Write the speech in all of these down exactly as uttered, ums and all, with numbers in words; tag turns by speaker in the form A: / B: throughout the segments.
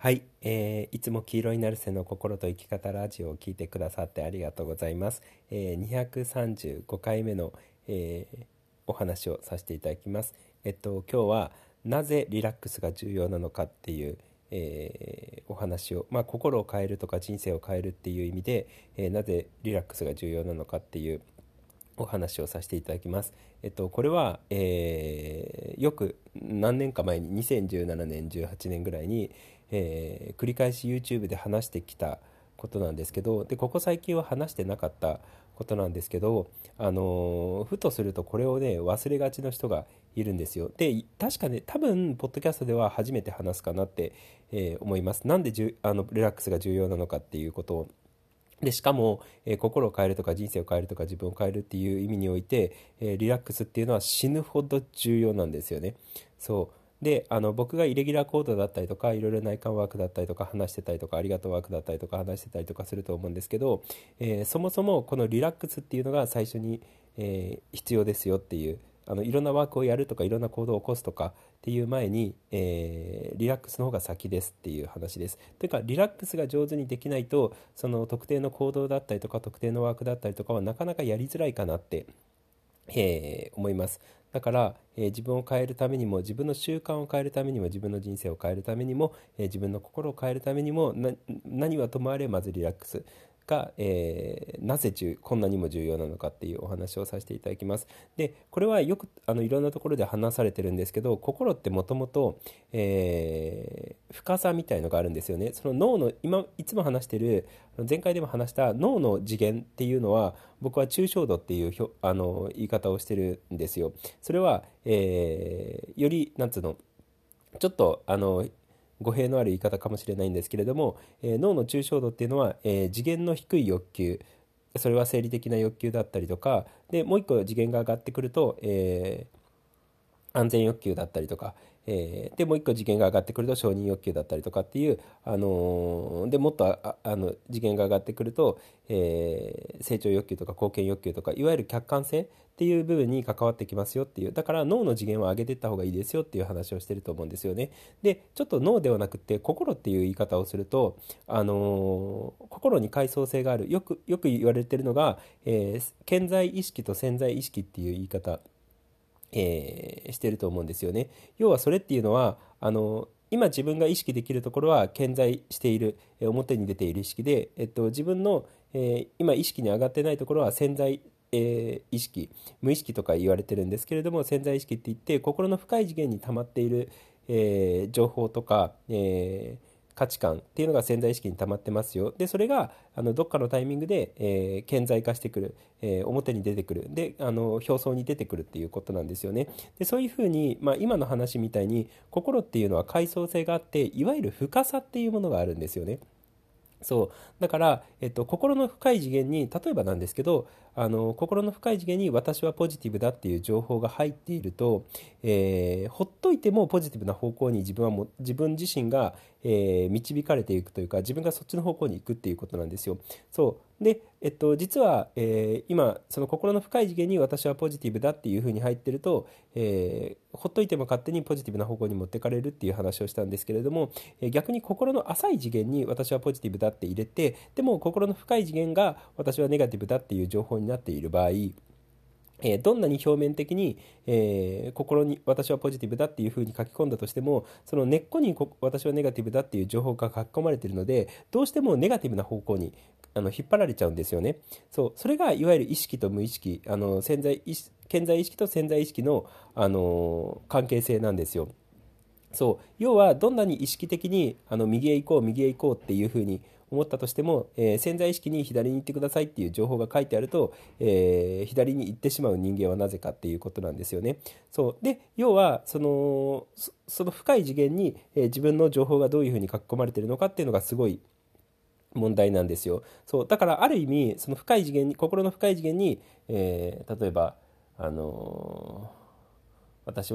A: はい、えーいつも黄色いナルセの心と生き方ラジオを聞いてくださってありがとうございます。えーにひゃくさんじゅうごかいめの、えーお話をさせていただきます。えっと今日はなぜリラックスが重要なのかっていう、えーお話を、まあ、心を変えるとか人生を変えるっていう意味で、えーなぜリラックスが重要なのかっていうお話をさせていただきます。えっと、これは、えーよく何年か前ににせんじゅうななねんじゅうはちねんぐらいに、えー繰り返し YouTube で話してきたことなんですけど、でここ最近は話してなかったことなんですけど、あのーふとするとこれをね忘れがちの人がいるんですよ。で確かね、多分ポッドキャストでは初めて話すかなって、えー思います。なんでじゅあのリラックスが重要なのかっていうことを。でしかも、えー心を変えるとか人生を変えるとか自分を変えるっていう意味において、えーリラックスっていうのは死ぬほど重要なんですよね。そうで、あの僕がイレギュラーコードだったりとかいろいろ内観ワークだったりとか話してたりとかありがとうワークだったりとか話してたりとかすると思うんですけど、えーそもそもこのリラックスっていうのが最初に、えー必要ですよっていう、あのいろんなワークをやるとかいろんな行動を起こすとかっていう前に、えーリラックスの方が先ですっていう話です。というかリラックスが上手にできないとその特定の行動だったりとか特定のワークだったりとかはなかなかやりづらいかなって、えー思います。だから、えー自分を変えるためにも自分の習慣を変えるためにも自分の人生を変えるためにも、えー自分の心を変えるためにもな何はともあれまずリラックスが、えーなぜ重こんなにも重要なのかっていうお話をさせていただきます。でこれはよくあのいろんなところで話されてるんですけど、心ってもともとえー深さみたいのがあるんですよね。その脳の今いつも話してる、前回でも話した脳の次元っていうのは僕は抽象度っていうひょあの言い方をしてるんですよ。それは、えーよりなんつうの、ちょっとあの語弊のある言い方かもしれないんですけれども、えー脳の抽象度っていうのは、えー次元の低い欲求、それは生理的な欲求だったりとかで、もう一個次元が上がってくると、えー安全欲求だったりとか、えーでもう一個次元が上がってくると承認欲求だったりとかっていう、あのーでもっとああの次元が上がってくると、えー成長欲求とか貢献欲求とかいわゆる客観性っていう部分に関わってきますよっていう、だから脳の次元を上げていった方がいいですよっていう話をしてると思うんですよね。でちょっと脳ではなくて心っていう言い方をすると、あのー心に階層性がある、よくよく言われてるのが、えー潜在意識と潜在意識っていう言い方、えーしてると思うんですよね。要はそれっていうのはあの今自分が意識できるところは顕在している、えー表に出ている意識で、えっと、自分の、えー今意識に上がってないところは潜在、えー意識、無意識とか言われてるんですけれども、潜在意識って言って心の深い次元に溜まっている、えー情報とか、えー価値観っていうのが潜在意識に溜まってますよ。でそれがあのどっかのタイミングで、えー顕在化してくる、えー表に出てくる、であの表層に出てくるっていうことなんですよね。でそういうふうに、まあ、今の話みたいに心っていうのは階層性があって、いわゆる深さっていうものがあるんですよね。そうだから、えっと、心の深い次元に、例えばなんですけど、あの心の深い次元に私はポジティブだっていう情報が入っていると、えーほっといてもポジティブな方向に自分はも自分自身が、えー導かれていくというか、自分がそっちの方向に行くっていうことなんですよ。そうで、えっと、実は、えー今その心の深い次元に私はポジティブだっていうふうに入ってると、えーほっといても勝手にポジティブな方向に持ってかれるっていう話をしたんですけれども、えー逆に心の浅い次元に私はポジティブだって入れて、でも心の深い次元が私はネガティブだっていう情報になっている場合、えーどんなに表面的に、えー心に私はポジティブだっていうふうに書き込んだとしても、その根っこにこ私はネガティブだっていう情報が書き込まれているので、どうしてもネガティブな方向にあの引っ張られちゃうんですよね。そうそれがいわゆる意識と無意識、あの潜在意識潜在意識と潜在意識の、あの関係性なんですよ。そう要はどんなに意識的にあの右へ行こう右へ行こうっていうふうに思ったとしても、えー潜在意識に左に行ってくださいっていう情報が書いてあると、えー左に行ってしまう人間はなぜかっていうことなんですよね。そうで要はそのそその深い次元に、えー自分の情報がどういうふうに書き込まれているのかっていうのがすごい問題なんですよ。そうだからある意味その深い次元に心の深い次元に、えー例えばあのー私は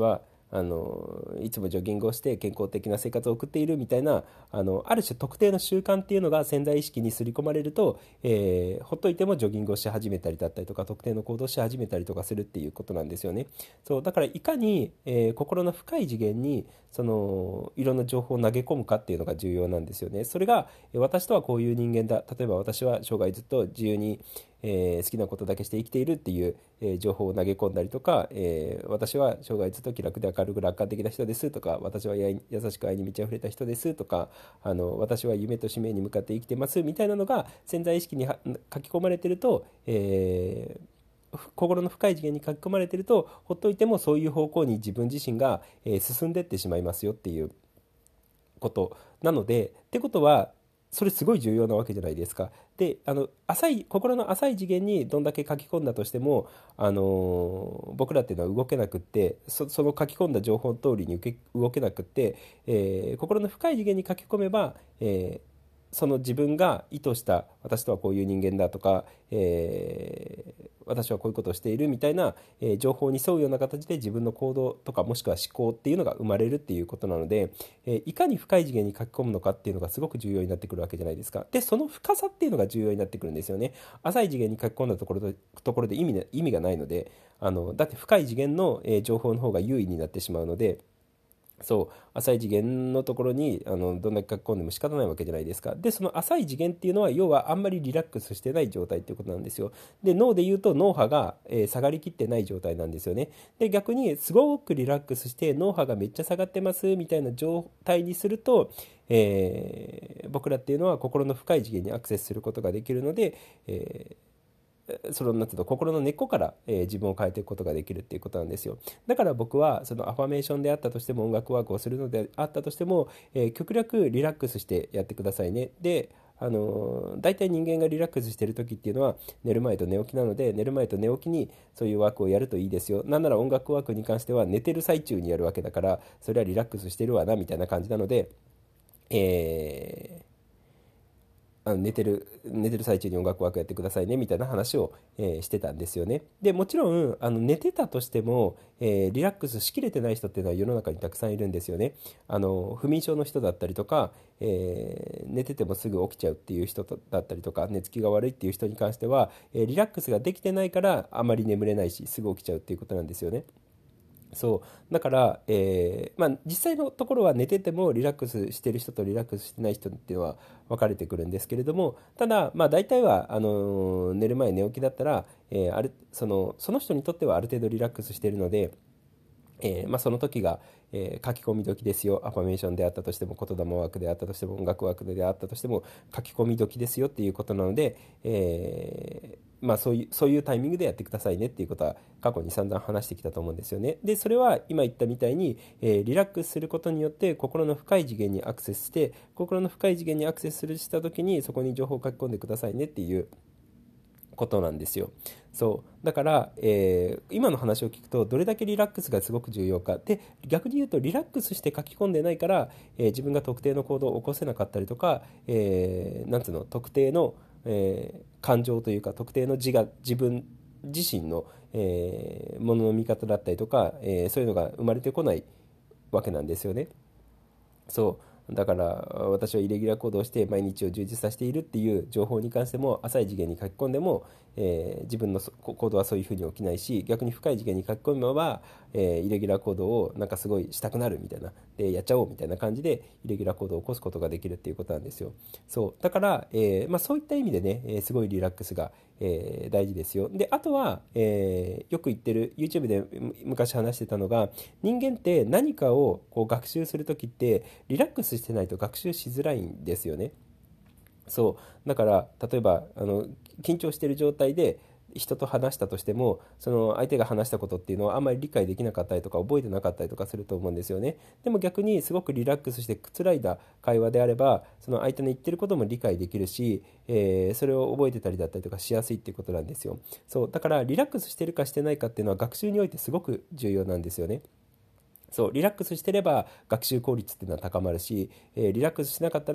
A: あのいつもジョギングをして健康的な生活を送っているみたいな、あのある種特定の習慣っていうのが潜在意識に刷り込まれると、えーほっといてもジョギングをし始めたりだったりとか特定の行動をし始めたりとかするっていうことなんですよね。そうだからいかに、えー心の深い次元にそのいろんな情報を投げ込むかっていうのが重要なんですよね。それがえー私とはこういう人間だ、例えば私は生涯ずっと自由に、えー好きなことだけして生きているっていう、えー情報を投げ込んだりとか、えー私は生涯ずっと気楽で明るく楽観的な人ですとか、私はやい優しく愛に満ち溢れた人ですとか、あの私は夢と使命に向かって生きてますみたいなのが潜在意識には書き込まれてると、えー心の深い次元に書き込まれてるとほっといてもそういう方向に自分自身が、えー進んでいってしまいますよっていうことなので、ってことはそれすごい重要なわけじゃないですか。で、あの浅い心の浅い次元にどんだけ書き込んだとしても、あの僕らっていうのは動けなくって、そ、その書き込んだ情報通りに受け動けなくって、えー心の深い次元に書き込めば、えーその自分が意図した私とはこういう人間だとか、えー私はこういうことをしているみたいな、えー情報に沿うような形で自分の行動とかもしくは思考っていうのが生まれるっていうことなので、えーいかに深い次元に書き込むのかっていうのがすごく重要になってくるわけじゃないですか。でその深さっていうのが重要になってくるんですよね。浅い次元に書き込んだところと、ところで意味な意味がないので、あのだって深い次元の、えー情報の方が優位になってしまうので、そう浅い次元のところにあのどんだけ書き込んでも仕方ないわけじゃないですか。でその浅い次元っていうのは要はあんまりリラックスしてない状態っていうことなんですよ。で脳で言うと脳波が、えー下がりきってない状態なんですよね。で逆にすごくリラックスして脳波がめっちゃ下がってますみたいな状態にすると、えー僕らっていうのは心の深い次元にアクセスすることができるので、えーそのなんていうの心の根っこから、えー自分を変えていくことができるっていうことなんですよ。だから僕はそのアファメーションであったとしても音楽ワークをするのであったとしても、えー極力リラックスしてやってくださいね。であのー大体人間がリラックスしてる時っていうのは寝る前と寝起きなので、寝る前と寝起きにそういうワークをやるといいですよ。なんなら音楽ワークに関しては寝てる最中にやるわけだから、それはリラックスしてるわなみたいな感じなので、えーあの寝てる寝てる最中に音楽ワークやってくださいねみたいな話を、えーしてたんですよね。でもちろんあの寝てたとしても、えーリラックスしきれてない人っていうのは世の中にたくさんいるんですよね。あの不眠症の人だったりとか、えー寝ててもすぐ起きちゃうっていう人だったりとか寝つきが悪いっていう人に関しては、えーリラックスができてないからあまり眠れないしすぐ起きちゃうっていうことなんですよね。そうだから、えーまあ、実際のところは寝ててもリラックスしてる人とリラックスしてない人っていうのは分かれてくるんですけれども、ただ、まあ、大体はあのー寝る前寝起きだったら、えーあるその、その人にとってはある程度リラックスしているので、えーまあ、その時が、えー書き込み時ですよ。アファメーションであったとしても言霊ワークであったとしても音楽ワークであったとしても書き込み時ですよっていうことなので、えーまあ、そういう、そういうタイミングでやってくださいねっていうことは過去に散々話してきたと思うんですよね。でそれは今言ったみたいに、えーリラックスすることによって心の深い次元にアクセスして心の深い次元にアクセスするした時にそこに情報を書き込んでくださいねっていうことなんですよ。そうだから、えー今の話を聞くとどれだけリラックスがすごく重要かで、逆に言うとリラックスして書き込んでないから、えー自分が特定の行動を起こせなかったりとか、えーなんつうの特定の、えー感情というか特定の自我自分自身の、えーものの見方だったりとか、えーそういうのが生まれてこないわけなんですよね。そうだから私はイレギュラー行動をして毎日を充実させているっていう情報に関しても浅い次元に書き込んでも、えー自分のそ行動はそういうふうに起きないし、逆に深い次元に書き込むのは、えーイレギュラー行動をなんかすごいしたくなるみたいな、でやっちゃおうみたいな感じでイレギュラー行動を起こすことができるっていうことなんですよ。そうだから、えーまあ、そういった意味でね、えーすごいリラックスが、えー大事ですよ。であとは、えーよく言ってる YouTube でむ昔話してたのが、人間って何かをこう学習するときってリラックスしてないと学習しづらいんですよね。そうだから例えばあの緊張している状態で人と話したとしても、その相手が話したことっていうのはあんまり理解できなかったりとか覚えてなかったりとかすると思うんですよね。でも逆にすごくリラックスしてくつらいだ会話であればその相手の言ってることも理解できるし、えーそれを覚えてたりだったりとかしやすいっていうことなんですよ。そうだからリラックスしてるかしてないかっていうのは学習においてすごく重要なんですよね。そうリラックスしてれば学習効率っていうのは高まるし、えーリラックスしなかったら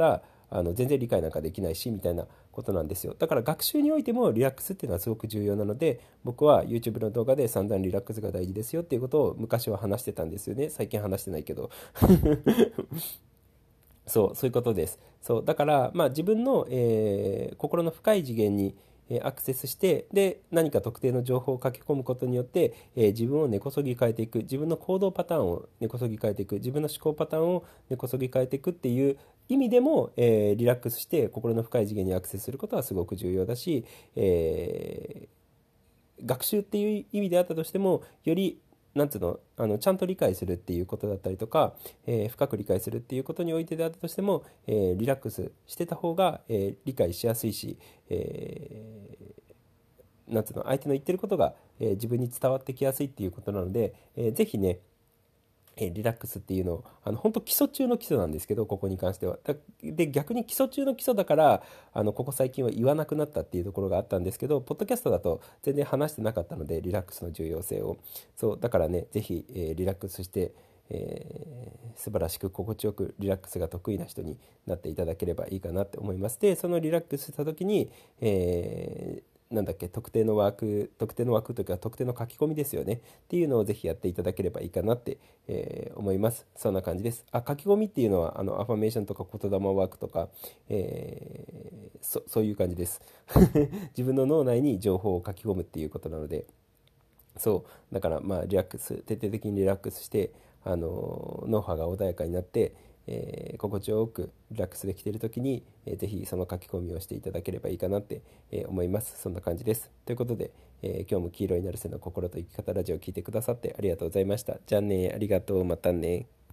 A: あの全然理解なんかできないしみたいなことなんですよ。だから学習においてもリラックスっていうのはすごく重要なので、僕は YouTube の動画で散々リラックスが大事ですよっていうことを昔は話してたんですよね。最近話してないけどそうそういうことです。そうだから、まあ、自分の、えー心の深い次元にえーアクセスして、で何か特定の情報を書き込むことによって、えー自分を根こそぎ変えていく、自分の行動パターンを根こそぎ変えていく、自分の思考パターンを根こそぎ変えていくっていう意味でも、えーリラックスして心の深い次元にアクセスすることはすごく重要だし、えー学習っていう意味であったとしても、よりなんつうの、あのちゃんと理解するっていうことだったりとか、えー深く理解するっていうことにおいてであったとしても、えーリラックスしてた方が、えー理解しやすいし、えーなんつうの、相手の言ってることが、えー自分に伝わってきやすいっていうことなので、えーぜひね、えーリラックスっていうのを、あの本当基礎中の基礎なんですけど、ここに関してはだで、逆に基礎中の基礎だから、あのここ最近は言わなくなったっていうところがあったんですけど、ポッドキャストだと全然話してなかったので、リラックスの重要性を。そうだからね、ぜひ、えーリラックスして、えー素晴らしく心地よくリラックスが得意な人になっていただければいいかなって思います。でそのリラックスした時に、えーなんだっけ、特定の枠特定の枠というか特定の書き込みですよねっていうのをぜひやっていただければいいかなって、えー思います。そんな感じです。あ、書き込みっていうのはあのアファメーションとか言霊ワークとか、えーそそういう感じです自分の脳内に情報を書き込むっていうことなので、そうだからまあリラックス、徹底的にリラックスして、あの脳波が穏やかになって、えー心地よくリラックスできている時に、えーぜひその書き込みをしていただければいいかなって、えー思います。そんな感じです。ということで、えー今日も黄色になる背の心と生き方ラジオを聞いてくださってありがとうございました。じゃあね、ありがとう、またね。